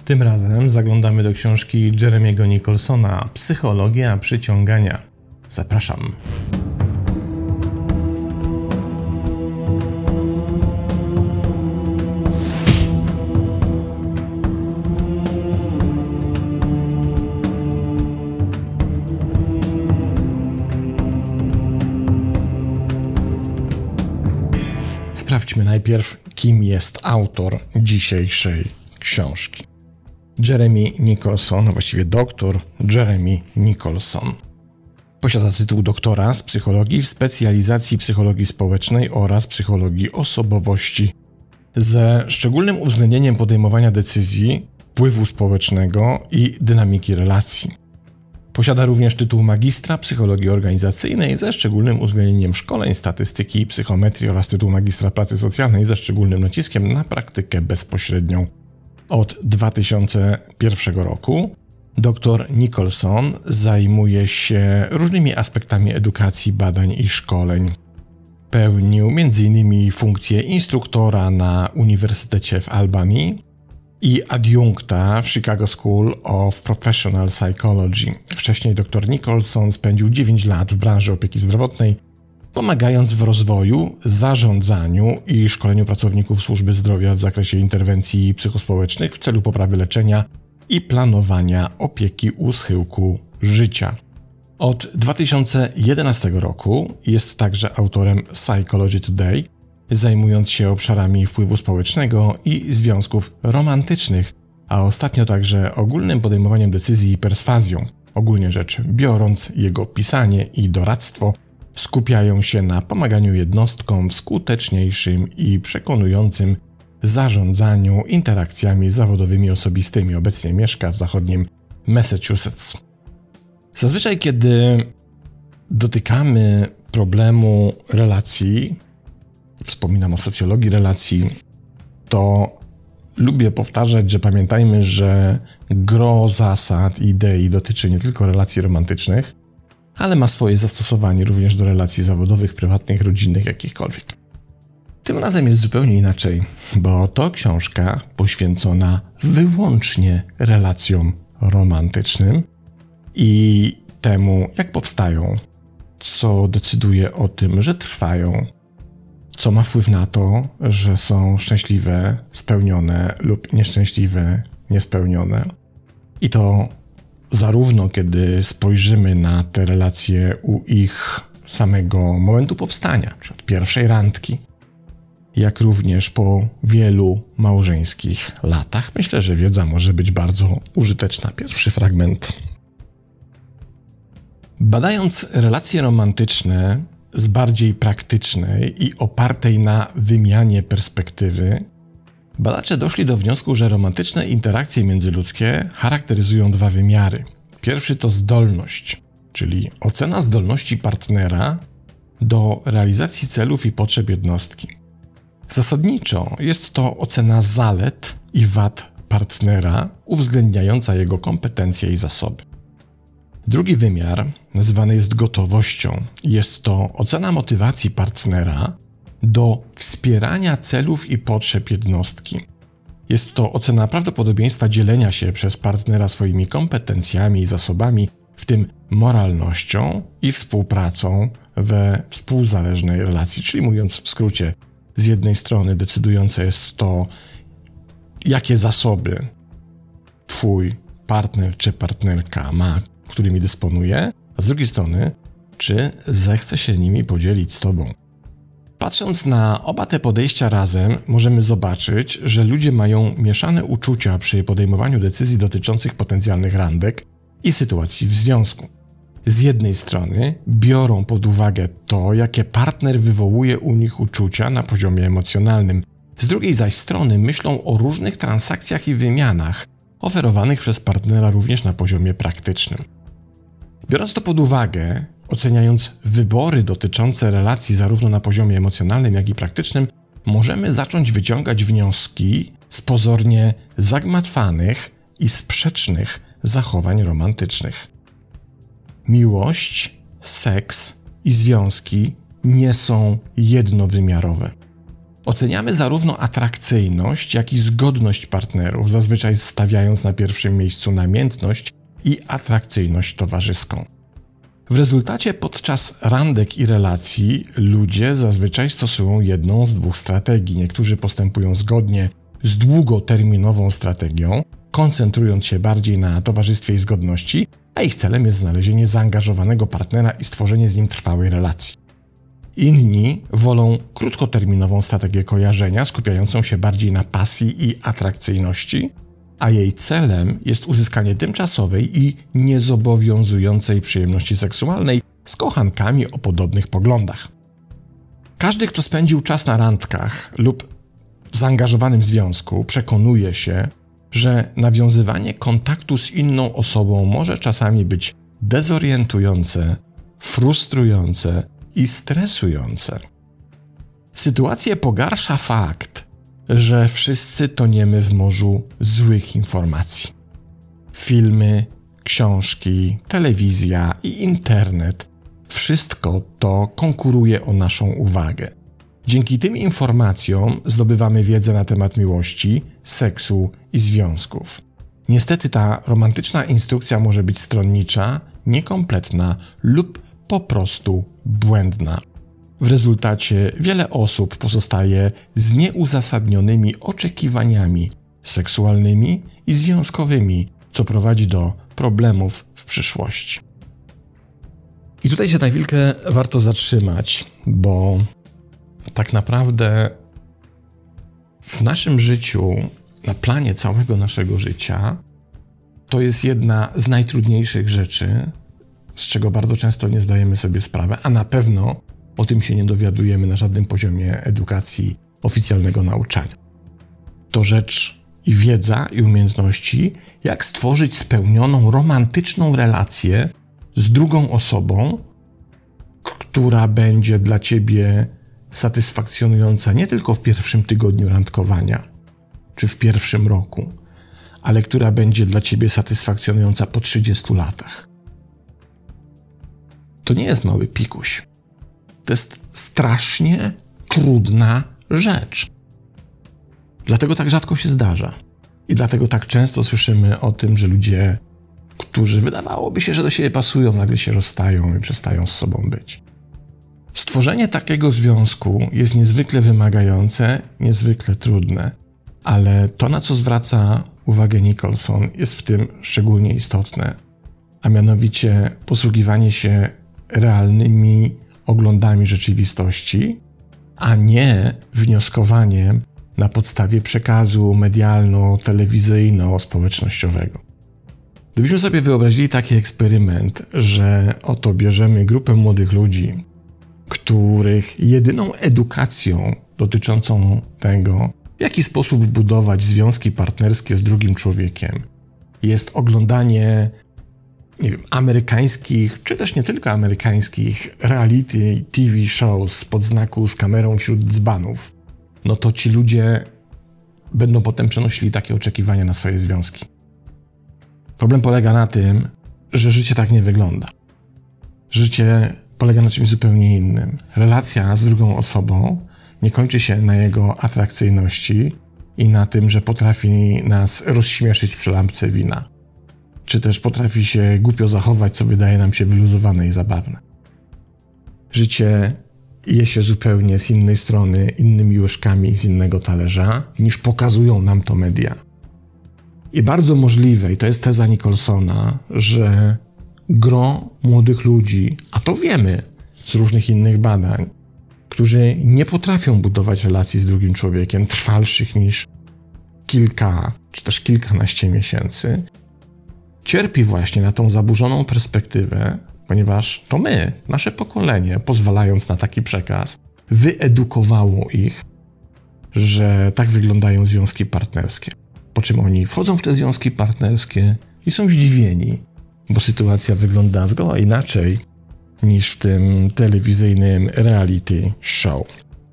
Tym razem zaglądamy do książki Jeremiego Nicholsona Psychologia przyciągania. Zapraszam. Sprawdźmy najpierw, kim jest autor dzisiejszej książki. Jeremy Nicholson, właściwie dr Jeremy Nicholson. Posiada tytuł doktora z psychologii w specjalizacji psychologii społecznej oraz psychologii osobowości, ze szczególnym uwzględnieniem podejmowania decyzji, wpływu społecznego i dynamiki relacji. Posiada również tytuł magistra psychologii organizacyjnej ze szczególnym uwzględnieniem szkoleń, statystyki i psychometrii oraz tytuł magistra pracy socjalnej ze szczególnym naciskiem na praktykę bezpośrednią. Od 2001 roku dr Nicholson zajmuje się różnymi aspektami edukacji, badań i szkoleń. Pełnił m.in. funkcję instruktora na Uniwersytecie w Albany i adiunkta w Chicago School of Professional Psychology. Wcześniej dr Nicholson spędził 9 lat w branży opieki zdrowotnej, pomagając w rozwoju, zarządzaniu i szkoleniu pracowników służby zdrowia w zakresie interwencji psychospołecznych w celu poprawy leczenia i planowania opieki u schyłku życia. Od 2011 roku jest także autorem Psychology Today, zajmując się obszarami wpływu społecznego i związków romantycznych, a ostatnio także ogólnym podejmowaniem decyzji i perswazją. Ogólnie rzecz biorąc, jego pisanie i doradztwo skupiają się na pomaganiu jednostkom w skuteczniejszym i przekonującym zarządzaniu interakcjami zawodowymi osobistymi. Obecnie mieszka w zachodnim Massachusetts. Zazwyczaj, kiedy dotykamy problemu relacji, wspominam o socjologii relacji, to lubię powtarzać, że pamiętajmy, że gro zasad i idei dotyczy nie tylko relacji romantycznych, ale ma swoje zastosowanie również do relacji zawodowych, prywatnych, rodzinnych, jakichkolwiek. Tym razem jest zupełnie inaczej, bo to książka poświęcona wyłącznie relacjom romantycznym i temu, jak powstają, co decyduje o tym, że trwają, co ma wpływ na to, że są szczęśliwe, spełnione lub nieszczęśliwe, niespełnione. I to zarówno kiedy spojrzymy na te relacje u ich samego momentu powstania, czy od pierwszej randki, jak również po wielu małżeńskich latach. Myślę, że wiedza może być bardzo użyteczna. Pierwszy fragment. Badając relacje romantyczne z bardziej praktycznej i opartej na wymianie perspektywy, badacze doszli do wniosku, że romantyczne interakcje międzyludzkie charakteryzują dwa wymiary. Pierwszy to zdolność, czyli ocena zdolności partnera do realizacji celów i potrzeb jednostki. Zasadniczo jest to ocena zalet i wad partnera, uwzględniająca jego kompetencje i zasoby. Drugi wymiar nazywany jest gotowością. Jest to ocena motywacji partnera do wspierania celów i potrzeb jednostki. Jest to ocena prawdopodobieństwa dzielenia się przez partnera swoimi kompetencjami i zasobami, w tym moralnością i współpracą we współzależnej relacji. Czyli mówiąc w skrócie, z jednej strony decydujące jest to, jakie zasoby twój partner czy partnerka ma, którymi dysponuje, a z drugiej strony, czy zechce się nimi podzielić z tobą. Patrząc na oba te podejścia razem, możemy zobaczyć, że ludzie mają mieszane uczucia przy podejmowaniu decyzji dotyczących potencjalnych randek i sytuacji w związku. Z jednej strony biorą pod uwagę to, jakie partner wywołuje u nich uczucia na poziomie emocjonalnym. Z drugiej zaś strony myślą o różnych transakcjach i wymianach oferowanych przez partnera również na poziomie praktycznym. Biorąc to pod uwagę, oceniając wybory dotyczące relacji zarówno na poziomie emocjonalnym, jak i praktycznym, możemy zacząć wyciągać wnioski z pozornie zagmatwanych i sprzecznych zachowań romantycznych. Miłość, seks i związki nie są jednowymiarowe. Oceniamy zarówno atrakcyjność, jak i zgodność partnerów, zazwyczaj stawiając na pierwszym miejscu namiętność i atrakcyjność towarzyską. W rezultacie podczas randek i relacji ludzie zazwyczaj stosują jedną z dwóch strategii. Niektórzy postępują zgodnie z długoterminową strategią, koncentrując się bardziej na towarzystwie i zgodności, a ich celem jest znalezienie zaangażowanego partnera i stworzenie z nim trwałej relacji. Inni wolą krótkoterminową strategię kojarzenia, skupiającą się bardziej na pasji i atrakcyjności, a jej celem jest uzyskanie tymczasowej i niezobowiązującej przyjemności seksualnej z kochankami o podobnych poglądach. Każdy, kto spędził czas na randkach lub w zaangażowanym związku, przekonuje się, że nawiązywanie kontaktu z inną osobą może czasami być dezorientujące, frustrujące i stresujące. Sytuację pogarsza fakt, że wszyscy toniemy w morzu złych informacji. Filmy, książki, telewizja i internet – wszystko to konkuruje o naszą uwagę. Dzięki tym informacjom zdobywamy wiedzę na temat miłości, seksu i związków. Niestety ta romantyczna instrukcja może być stronnicza, niekompletna lub po prostu błędna. W rezultacie wiele osób pozostaje z nieuzasadnionymi oczekiwaniami seksualnymi i związkowymi, co prowadzi do problemów w przyszłości. I tutaj się na chwilkę warto zatrzymać, bo tak naprawdę w naszym życiu, na planie całego naszego życia, to jest jedna z najtrudniejszych rzeczy, z czego bardzo często nie zdajemy sobie sprawy, a na pewno o tym się nie dowiadujemy na żadnym poziomie edukacji, oficjalnego nauczania. To rzecz i wiedza i umiejętności, jak stworzyć spełnioną, romantyczną relację z drugą osobą, która będzie dla ciebie satysfakcjonująca nie tylko w pierwszym tygodniu randkowania, czy w pierwszym roku, ale która będzie dla ciebie satysfakcjonująca po 30 latach. To nie jest mały pikuś. To jest strasznie trudna rzecz. Dlatego tak rzadko się zdarza. I dlatego tak często słyszymy o tym, że ludzie, którzy wydawałoby się, że do siebie pasują, nagle się rozstają i przestają z sobą być. Stworzenie takiego związku jest niezwykle wymagające, niezwykle trudne, ale to, na co zwraca uwagę Nicholson, jest w tym szczególnie istotne, a mianowicie posługiwanie się realnymi oglądami rzeczywistości, a nie wnioskowaniem na podstawie przekazu medialno-telewizyjno-społecznościowego. Gdybyśmy sobie wyobrazili taki eksperyment, że oto bierzemy grupę młodych ludzi, których jedyną edukacją dotyczącą tego, w jaki sposób budować związki partnerskie z drugim człowiekiem, jest oglądanie, amerykańskich, czy też nie tylko amerykańskich reality TV shows spod znaku z kamerą wśród dzbanów, no to ci ludzie będą potem przenosili takie oczekiwania na swoje związki. Problem polega na tym, że życie tak nie wygląda. Życie polega na czymś zupełnie innym. Relacja z drugą osobą nie kończy się na jego atrakcyjności i na tym, że potrafi nas rozśmieszyć przy lampce wina. Czy też potrafi się głupio zachować, co wydaje nam się wyluzowane i zabawne. Życie je się zupełnie z innej strony, innymi łyżkami z innego talerza, niż pokazują nam to media. I bardzo możliwe, i to jest teza Nicholsona, że gro młodych ludzi, a to wiemy z różnych innych badań, którzy nie potrafią budować relacji z drugim człowiekiem trwalszych niż kilka, czy też kilkanaście miesięcy, cierpi właśnie na tą zaburzoną perspektywę, ponieważ to my, nasze pokolenie, pozwalając na taki przekaz, wyedukowało ich, że tak wyglądają związki partnerskie. Po czym oni wchodzą w te związki partnerskie i są zdziwieni, bo sytuacja wygląda zgoła inaczej niż w tym telewizyjnym reality show.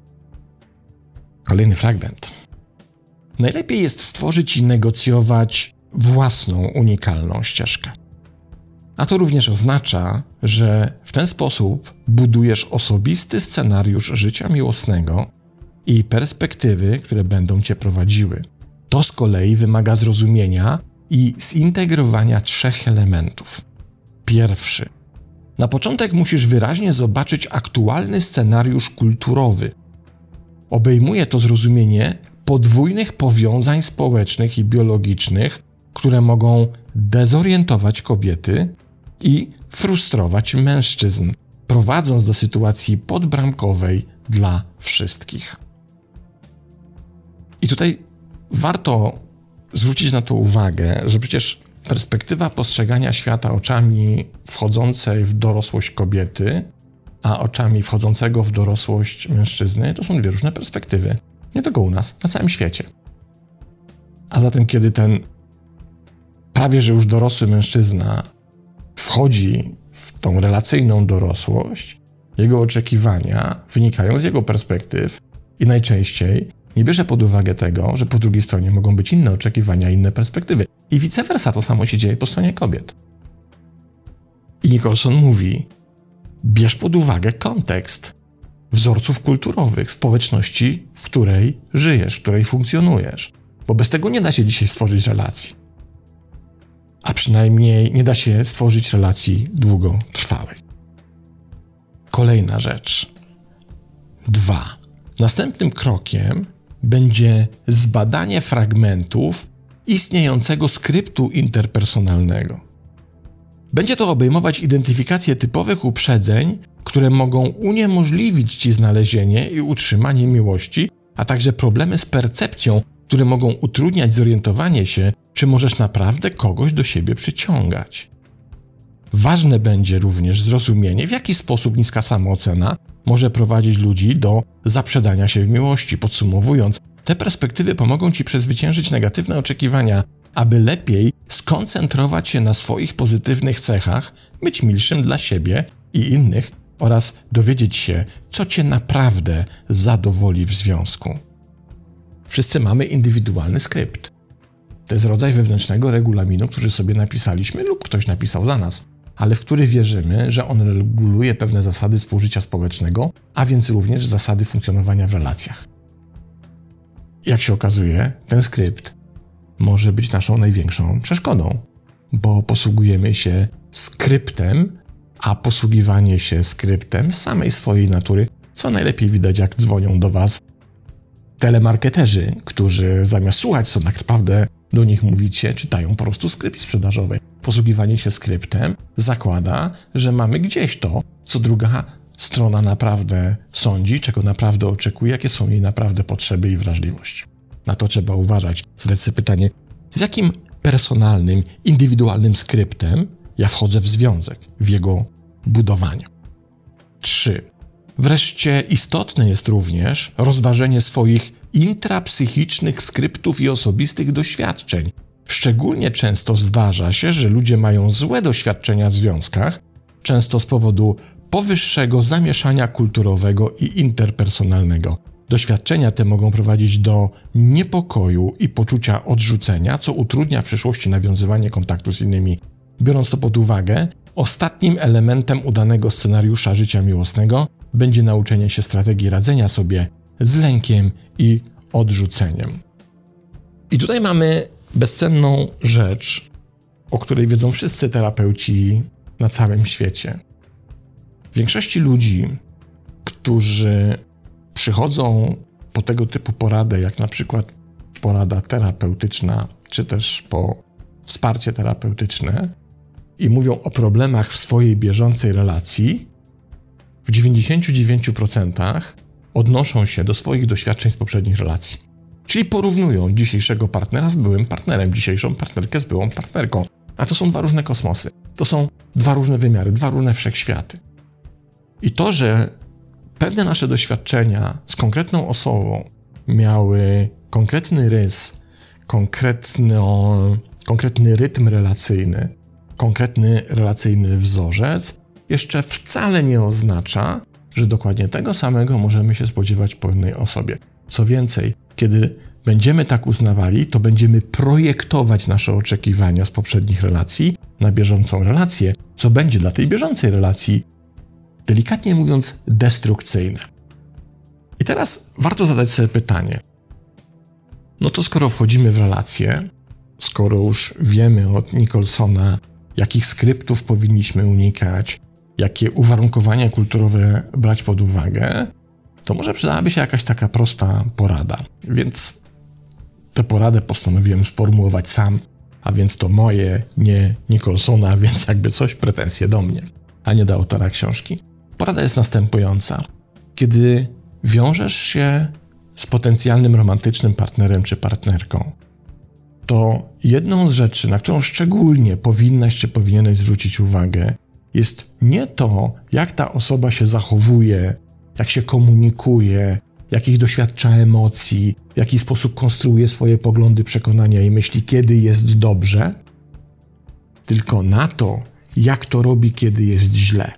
Kolejny fragment. Najlepiej jest stworzyć i negocjować własną unikalną ścieżkę. A to również oznacza, że w ten sposób budujesz osobisty scenariusz życia miłosnego, i perspektywy, które będą cię prowadziły. To z kolei wymaga zrozumienia i zintegrowania 3 elementów. Pierwszy. Na początek musisz wyraźnie zobaczyć aktualny scenariusz kulturowy. Obejmuje to zrozumienie podwójnych powiązań społecznych i biologicznych, które mogą dezorientować kobiety i frustrować mężczyzn, prowadząc do sytuacji podbramkowej dla wszystkich. I tutaj warto zwrócić na to uwagę, że przecież perspektywa postrzegania świata oczami wchodzącej w dorosłość kobiety, a oczami wchodzącego w dorosłość mężczyzny, to są 2 różne perspektywy. Nie tylko u nas, na całym świecie. A zatem, kiedy ten prawie że już dorosły mężczyzna wchodzi w tą relacyjną dorosłość, jego oczekiwania wynikają z jego perspektyw i najczęściej nie bierze pod uwagę tego, że po drugiej stronie mogą być inne oczekiwania, inne perspektywy. I vice versa, to samo się dzieje po stronie kobiet. I Nicholson mówi, bierz pod uwagę kontekst wzorców kulturowych, społeczności, w której żyjesz, w której funkcjonujesz. Bo bez tego nie da się dzisiaj stworzyć relacji. A przynajmniej nie da się stworzyć relacji długotrwałej. Kolejna rzecz. 2. Następnym krokiem będzie zbadanie fragmentów istniejącego skryptu interpersonalnego. Będzie to obejmować identyfikację typowych uprzedzeń, które mogą uniemożliwić ci znalezienie i utrzymanie miłości, a także problemy z percepcją, które mogą utrudniać zorientowanie się, czy możesz naprawdę kogoś do siebie przyciągać. Ważne będzie również zrozumienie, w jaki sposób niska samoocena może prowadzić ludzi do zaprzedania się w miłości. Podsumowując, te perspektywy pomogą ci przezwyciężyć negatywne oczekiwania, aby lepiej skoncentrować się na swoich pozytywnych cechach, być milszym dla siebie i innych oraz dowiedzieć się, co cię naprawdę zadowoli w związku. Wszyscy mamy indywidualny skrypt. To jest rodzaj wewnętrznego regulaminu, który sobie napisaliśmy lub ktoś napisał za nas, ale w który wierzymy, że on reguluje pewne zasady współżycia społecznego, a więc również zasady funkcjonowania w relacjach. Jak się okazuje, ten skrypt może być naszą największą przeszkodą, bo posługujemy się skryptem, a posługiwanie się skryptem z samej swojej natury, co najlepiej widać, jak dzwonią do was telemarketerzy, którzy zamiast słuchać, co tak naprawdę do nich mówicie, czytają po prostu skrypt sprzedażowy. Posługiwanie się skryptem zakłada, że mamy gdzieś to, co druga strona naprawdę sądzi, czego naprawdę oczekuje, jakie są jej naprawdę potrzeby i wrażliwość. Na to trzeba uważać. Zadać sobie pytanie, z jakim personalnym, indywidualnym skryptem ja wchodzę w związek, w jego budowaniu. 3. Wreszcie istotne jest również rozważenie swoich intrapsychicznych skryptów i osobistych doświadczeń. Szczególnie często zdarza się, że ludzie mają złe doświadczenia w związkach, często z powodu powyższego zamieszania kulturowego i interpersonalnego. Doświadczenia te mogą prowadzić do niepokoju i poczucia odrzucenia, co utrudnia w przyszłości nawiązywanie kontaktu z innymi. Biorąc to pod uwagę, ostatnim elementem udanego scenariusza życia miłosnego będzie nauczenie się strategii radzenia sobie z lękiem i odrzuceniem. I tutaj mamy bezcenną rzecz, o której wiedzą wszyscy terapeuci na całym świecie. Większości ludzi, którzy przychodzą po tego typu poradę, jak na przykład porada terapeutyczna, czy też po wsparcie terapeutyczne i mówią o problemach w swojej bieżącej relacji, w 99% odnoszą się do swoich doświadczeń z poprzednich relacji. Czyli porównują dzisiejszego partnera z byłym partnerem, dzisiejszą partnerkę z byłą partnerką. A to są 2 różne kosmosy. To są 2 różne wymiary, 2 różne wszechświaty. I to, że pewne nasze doświadczenia z konkretną osobą miały konkretny rys, konkretny rytm relacyjny, konkretny relacyjny wzorzec, jeszcze wcale nie oznacza, że dokładnie tego samego możemy się spodziewać po innej osobie. Co więcej, kiedy będziemy tak uznawali, to będziemy projektować nasze oczekiwania z poprzednich relacji na bieżącą relację, co będzie dla tej bieżącej relacji, delikatnie mówiąc, destrukcyjne. I teraz warto zadać sobie pytanie. No to skoro wchodzimy w relacje, skoro już wiemy od Nicholsona, jakich skryptów powinniśmy unikać, jakie uwarunkowania kulturowe brać pod uwagę, to może przydałaby się jakaś taka prosta porada. Więc tę poradę postanowiłem sformułować sam, a więc to moje, nie Nicholsona, więc jakby coś, pretensje do mnie, a nie do autora książki. Porada jest następująca. Kiedy wiążesz się z potencjalnym romantycznym partnerem czy partnerką, to jedną z rzeczy, na którą szczególnie powinnaś czy powinieneś zwrócić uwagę, jest nie to, jak ta osoba się zachowuje, jak się komunikuje, jakich doświadcza emocji, w jaki sposób konstruuje swoje poglądy, przekonania i myśli, kiedy jest dobrze, tylko na to, jak to robi, kiedy jest źle.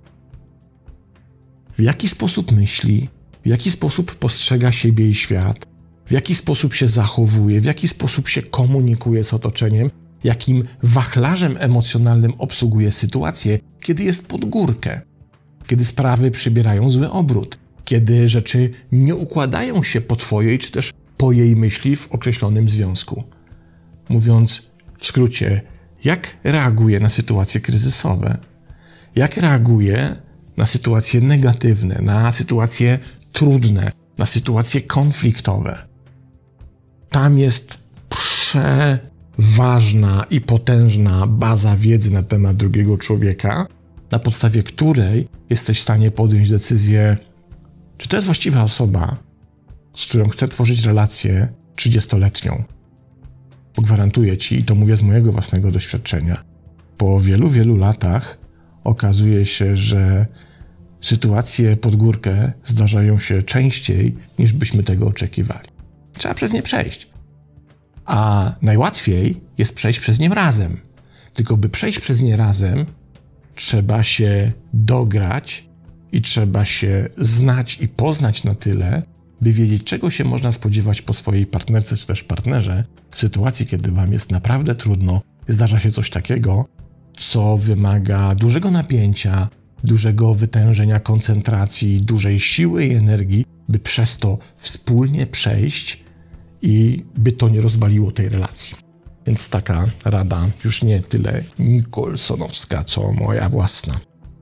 W jaki sposób myśli, w jaki sposób postrzega siebie i świat, w jaki sposób się zachowuje, w jaki sposób się komunikuje z otoczeniem, jakim wachlarzem emocjonalnym obsługuje sytuację, kiedy jest pod górkę, kiedy sprawy przybierają zły obrót, kiedy rzeczy nie układają się po twojej czy też po jej myśli w określonym związku. Mówiąc w skrócie, jak reaguje na sytuacje kryzysowe, jak reaguje na sytuacje negatywne, na sytuacje trudne, na sytuacje konfliktowe. Tam jest przeważna i potężna baza wiedzy na temat drugiego człowieka, na podstawie której jesteś w stanie podjąć decyzję, czy to jest właściwa osoba, z którą chcę tworzyć relację 30-letnią. Bo gwarantuję ci, i to mówię z mojego własnego doświadczenia, po wielu, wielu latach okazuje się, że sytuacje pod górkę zdarzają się częściej, niż byśmy tego oczekiwali. Trzeba przez nie przejść. A najłatwiej jest przejść przez nie razem. Tylko by przejść przez nie razem, trzeba się dograć i trzeba się znać i poznać na tyle, by wiedzieć, czego się można spodziewać po swojej partnerce czy też partnerze w sytuacji, kiedy wam jest naprawdę trudno, zdarza się coś takiego, co wymaga dużego napięcia, dużego wytężenia koncentracji, dużej siły i energii, by przez to wspólnie przejść i by to nie rozwaliło tej relacji. Więc taka rada już nie tyle Nicholsonowska, co moja własna.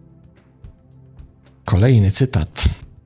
Kolejny cytat.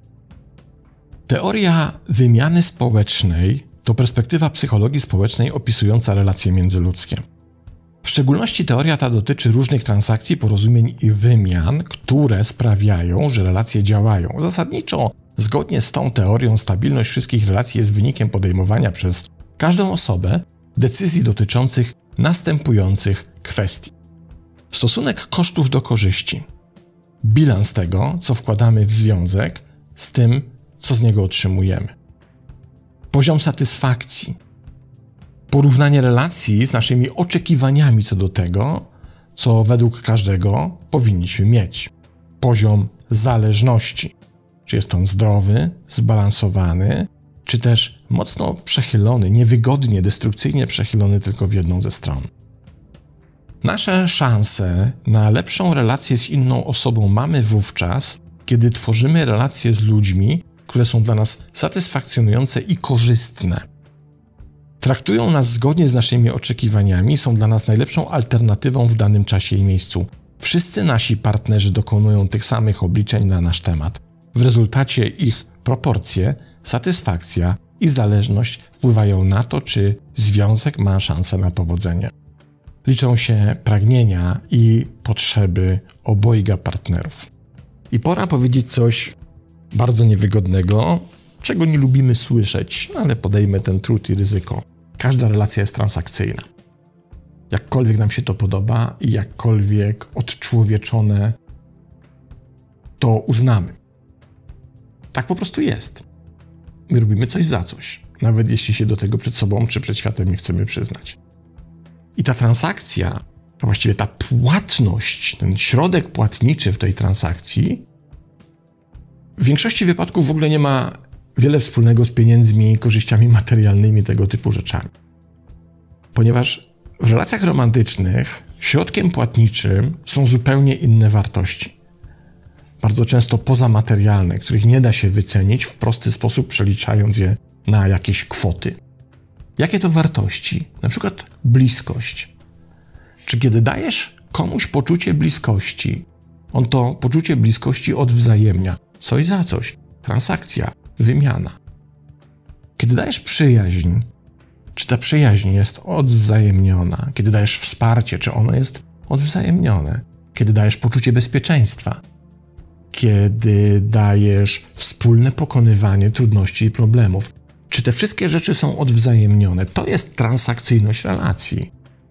Teoria wymiany społecznej to perspektywa psychologii społecznej opisująca relacje międzyludzkie. W szczególności teoria ta dotyczy różnych transakcji, porozumień i wymian, które sprawiają, że relacje działają. Zasadniczo, zgodnie z tą teorią, stabilność wszystkich relacji jest wynikiem podejmowania przez każdą osobę decyzji dotyczących następujących kwestii. Stosunek kosztów do korzyści. Bilans tego, co wkładamy w związek, z tym, co z niego otrzymujemy. Poziom satysfakcji. Porównanie relacji z naszymi oczekiwaniami co do tego, co według każdego powinniśmy mieć. Poziom zależności. Czy jest on zdrowy, zbalansowany, czy też mocno przechylony, niewygodnie, destrukcyjnie przechylony tylko w jedną ze stron. Nasze szanse na lepszą relację z inną osobą mamy wówczas, kiedy tworzymy relacje z ludźmi, które są dla nas satysfakcjonujące i korzystne. Traktują nas zgodnie z naszymi oczekiwaniami, są dla nas najlepszą alternatywą w danym czasie i miejscu. Wszyscy nasi partnerzy dokonują tych samych obliczeń na nasz temat. W rezultacie ich proporcje, satysfakcja i zależność wpływają na to, czy związek ma szansę na powodzenie. Liczą się pragnienia i potrzeby obojga partnerów. I pora powiedzieć coś bardzo niewygodnego, czego nie lubimy słyszeć, ale podejmę ten trud i ryzyko. Każda relacja jest transakcyjna. Jakkolwiek nam się to podoba i jakkolwiek odczłowieczone to uznamy. Tak po prostu jest. My robimy coś za coś, nawet jeśli się do tego przed sobą czy przed światem nie chcemy przyznać. I ta transakcja, a właściwie ta płatność, ten środek płatniczy w tej transakcji w większości wypadków w ogóle nie ma wiele wspólnego z pieniędzmi, korzyściami materialnymi, tego typu rzeczami. Ponieważ w relacjach romantycznych środkiem płatniczym są zupełnie inne wartości. bardzo często pozamaterialne, których nie da się wycenić w prosty sposób, przeliczając je na jakieś kwoty. Jakie to wartości? Na przykład bliskość. Czy kiedy dajesz komuś poczucie bliskości, on to poczucie bliskości odwzajemnia? Coś za coś. Transakcja, wymiana. Kiedy dajesz przyjaźń, czy ta przyjaźń jest odwzajemniona? Kiedy dajesz wsparcie, czy ono jest odwzajemnione? Kiedy dajesz poczucie bezpieczeństwa? Kiedy dajesz wspólne pokonywanie trudności i problemów? Czy te wszystkie rzeczy są odwzajemnione? To jest transakcyjność relacji.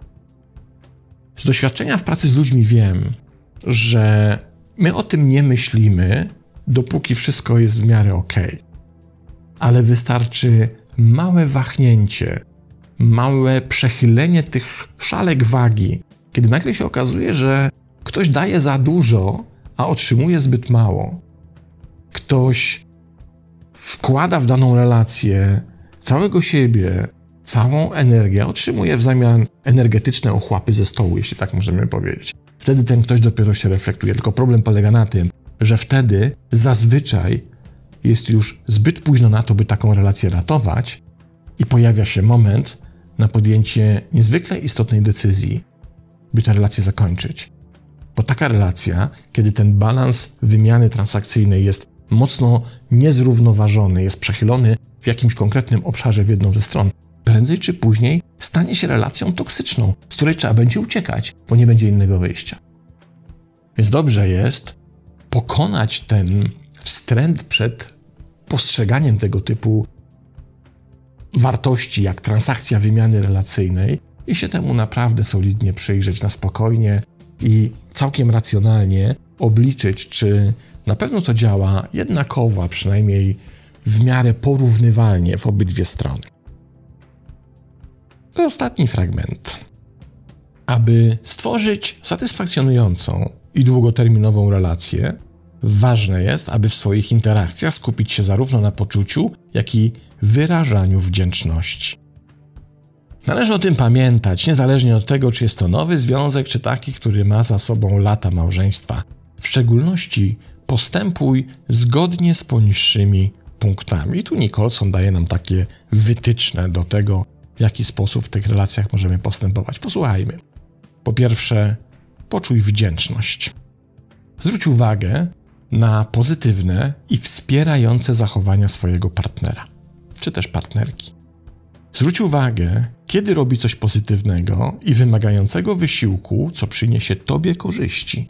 Z doświadczenia w pracy z ludźmi wiem, że my o tym nie myślimy, dopóki wszystko jest w miarę okej. Ale wystarczy małe wahnięcie, małe przechylenie tych szalek wagi, kiedy nagle się okazuje, że ktoś daje za dużo, a otrzymuje zbyt mało. Ktoś wkłada w daną relację całego siebie, całą energię, a otrzymuje w zamian energetyczne ochłapy ze stołu, jeśli tak możemy powiedzieć. Wtedy ten ktoś dopiero się reflektuje. Tylko problem polega na tym, że wtedy zazwyczaj jest już zbyt późno na to, by taką relację ratować i pojawia się moment na podjęcie niezwykle istotnej decyzji, by tę relację zakończyć. Bo taka relacja, kiedy ten balans wymiany transakcyjnej jest mocno niezrównoważony, jest przechylony w jakimś konkretnym obszarze w jedną ze stron, prędzej czy później stanie się relacją toksyczną, z której trzeba będzie uciekać, bo nie będzie innego wyjścia. Więc dobrze jest pokonać ten wstręt przed postrzeganiem tego typu wartości, jak transakcja wymiany relacyjnej i się temu naprawdę solidnie przyjrzeć na spokojnie i całkiem racjonalnie obliczyć, czy na pewno to działa jednakowo, a przynajmniej w miarę porównywalnie w obydwie strony. Ostatni fragment. Aby stworzyć satysfakcjonującą i długoterminową relację, ważne jest, aby w swoich interakcjach skupić się zarówno na poczuciu, jak i wyrażaniu wdzięczności. Należy o tym pamiętać, niezależnie od tego, czy jest to nowy związek, czy taki, który ma za sobą lata małżeństwa. W szczególności postępuj zgodnie z poniższymi punktami. I tu Nicholson daje nam takie wytyczne do tego, w jaki sposób w tych relacjach możemy postępować. Posłuchajmy. Po pierwsze, poczuj wdzięczność. Zwróć uwagę na pozytywne i wspierające zachowania swojego partnera, czy też partnerki. Zwróć uwagę, kiedy robi coś pozytywnego i wymagającego wysiłku, co przyniesie tobie korzyści.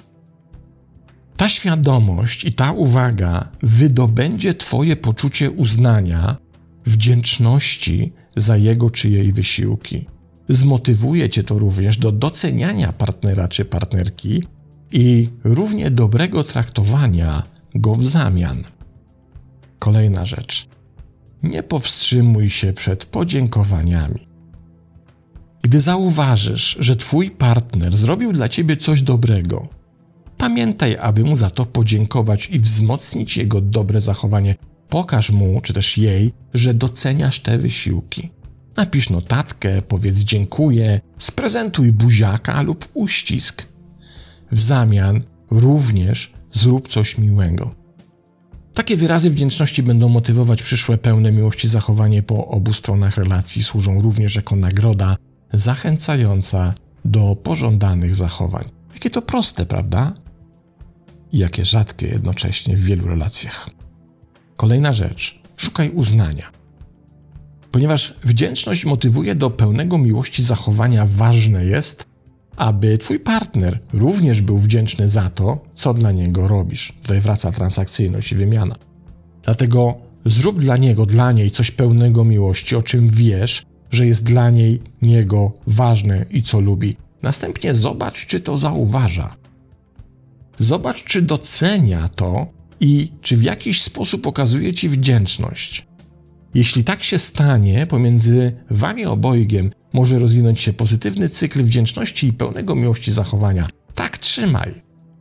Ta świadomość i ta uwaga wydobędzie twoje poczucie uznania, wdzięczności za jego czy jej wysiłki. Zmotywuje cię to również do doceniania partnera czy partnerki i równie dobrego traktowania go w zamian. Kolejna rzecz. Nie powstrzymuj się przed podziękowaniami. Gdy zauważysz, że twój partner zrobił dla ciebie coś dobrego, pamiętaj, aby mu za to podziękować i wzmocnić jego dobre zachowanie. Pokaż mu, czy też jej, że doceniasz te wysiłki. Napisz notatkę, powiedz dziękuję, sprezentuj buziaka lub uścisk. W zamian również zrób coś miłego. Takie wyrazy wdzięczności będą motywować przyszłe pełne miłości zachowanie po obu stronach relacji. Służą również jako nagroda zachęcająca do pożądanych zachowań. Jakie to proste, prawda? I jakie rzadkie jednocześnie w wielu relacjach. Kolejna rzecz. Szukaj uznania. Ponieważ wdzięczność motywuje do pełnego miłości zachowania, ważne jest, aby twój partner również był wdzięczny za to, co dla niego robisz. Tutaj wraca transakcyjność i wymiana. Dlatego zrób dla niego, dla niej coś pełnego miłości, o czym wiesz, że jest dla niej, niego ważne i co lubi. Następnie zobacz, czy to zauważa. Zobacz, czy docenia to i czy w jakiś sposób okazuje ci wdzięczność. Jeśli tak się stanie, pomiędzy wami obojgiem może rozwinąć się pozytywny cykl wdzięczności i pełnego miłości zachowania. Tak trzymaj.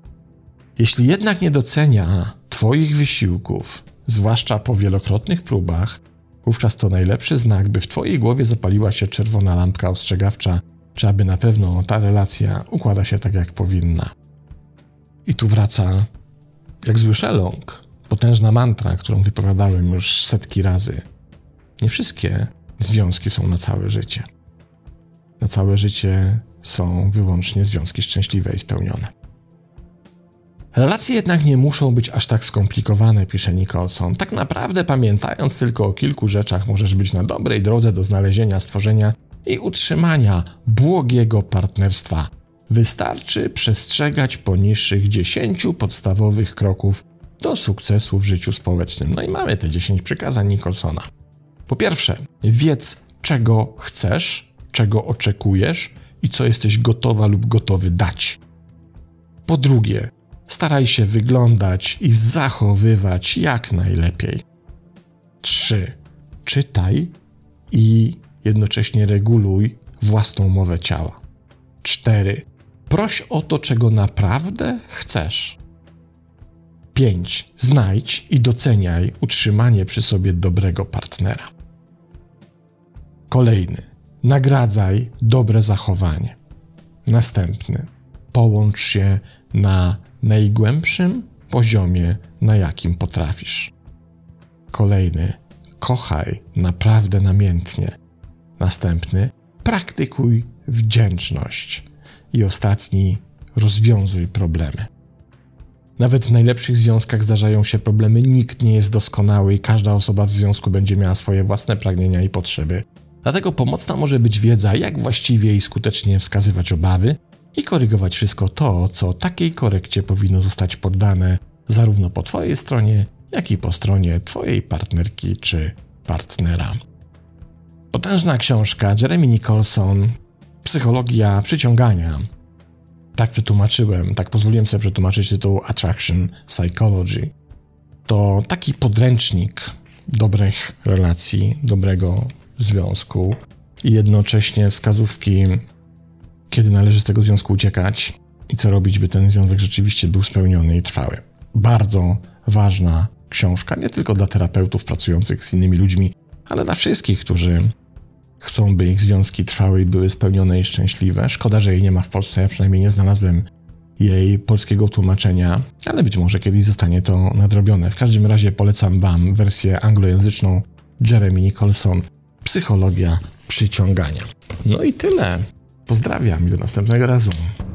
Jeśli jednak nie docenia twoich wysiłków, zwłaszcza po wielokrotnych próbach, wówczas to najlepszy znak, by w twojej głowie zapaliła się czerwona lampka ostrzegawcza, czy aby na pewno ta relacja układa się tak, jak powinna. I tu wraca Jak zły Sherlock, potężna mantra, którą wypowiadałem już setki razy. Nie wszystkie związki są na całe życie. Na całe życie są wyłącznie związki szczęśliwe i spełnione. Relacje jednak nie muszą być aż tak skomplikowane, pisze Nicholson. Tak naprawdę, pamiętając tylko o kilku rzeczach, możesz być na dobrej drodze do znalezienia, stworzenia i utrzymania błogiego partnerstwa. Wystarczy przestrzegać poniższych 10 podstawowych kroków do sukcesu w życiu społecznym. No i mamy te 10 przykazań Nicholsona. Po pierwsze, wiedz, czego chcesz, czego oczekujesz i co jesteś gotowa lub gotowy dać. Po drugie, staraj się wyglądać i zachowywać jak najlepiej. 3. Czytaj i jednocześnie reguluj własną mowę ciała. 4. Proś o to, czego naprawdę chcesz. 5. Znajdź i doceniaj utrzymanie przy sobie dobrego partnera. Kolejny. Nagradzaj dobre zachowanie. Następny. Połącz się na najgłębszym poziomie, na jakim potrafisz. Kolejny. Kochaj naprawdę namiętnie. Następny. Praktykuj wdzięczność. I ostatni. Rozwiązuj problemy. Nawet w najlepszych związkach zdarzają się problemy, nikt nie jest doskonały i każda osoba w związku będzie miała swoje własne pragnienia i potrzeby. Dlatego pomocna może być wiedza, jak właściwie i skutecznie wskazywać obawy i korygować wszystko to, co takiej korekcie powinno zostać poddane zarówno po twojej stronie, jak i po stronie twojej partnerki czy partnera. Potężna książka Jeremy Nicholson, Psychologia przyciągania. Tak przetłumaczyłem, tak pozwoliłem sobie przetłumaczyć tytuł Attraction Psychology. To taki podręcznik dobrych relacji, dobrego związku i jednocześnie wskazówki, kiedy należy z tego związku uciekać i co robić, by ten związek rzeczywiście był spełniony i trwały. Bardzo ważna książka, nie tylko dla terapeutów pracujących z innymi ludźmi, ale dla wszystkich, którzy chcą, by ich związki trwały i były spełnione i szczęśliwe. Szkoda, że jej nie ma w Polsce, ja przynajmniej nie znalazłem jej polskiego tłumaczenia, ale być może kiedyś zostanie to nadrobione. W każdym razie polecam wam wersję anglojęzyczną Jeremy Nicholson, Psychologia przyciągania. No i tyle. Pozdrawiam i do następnego razu.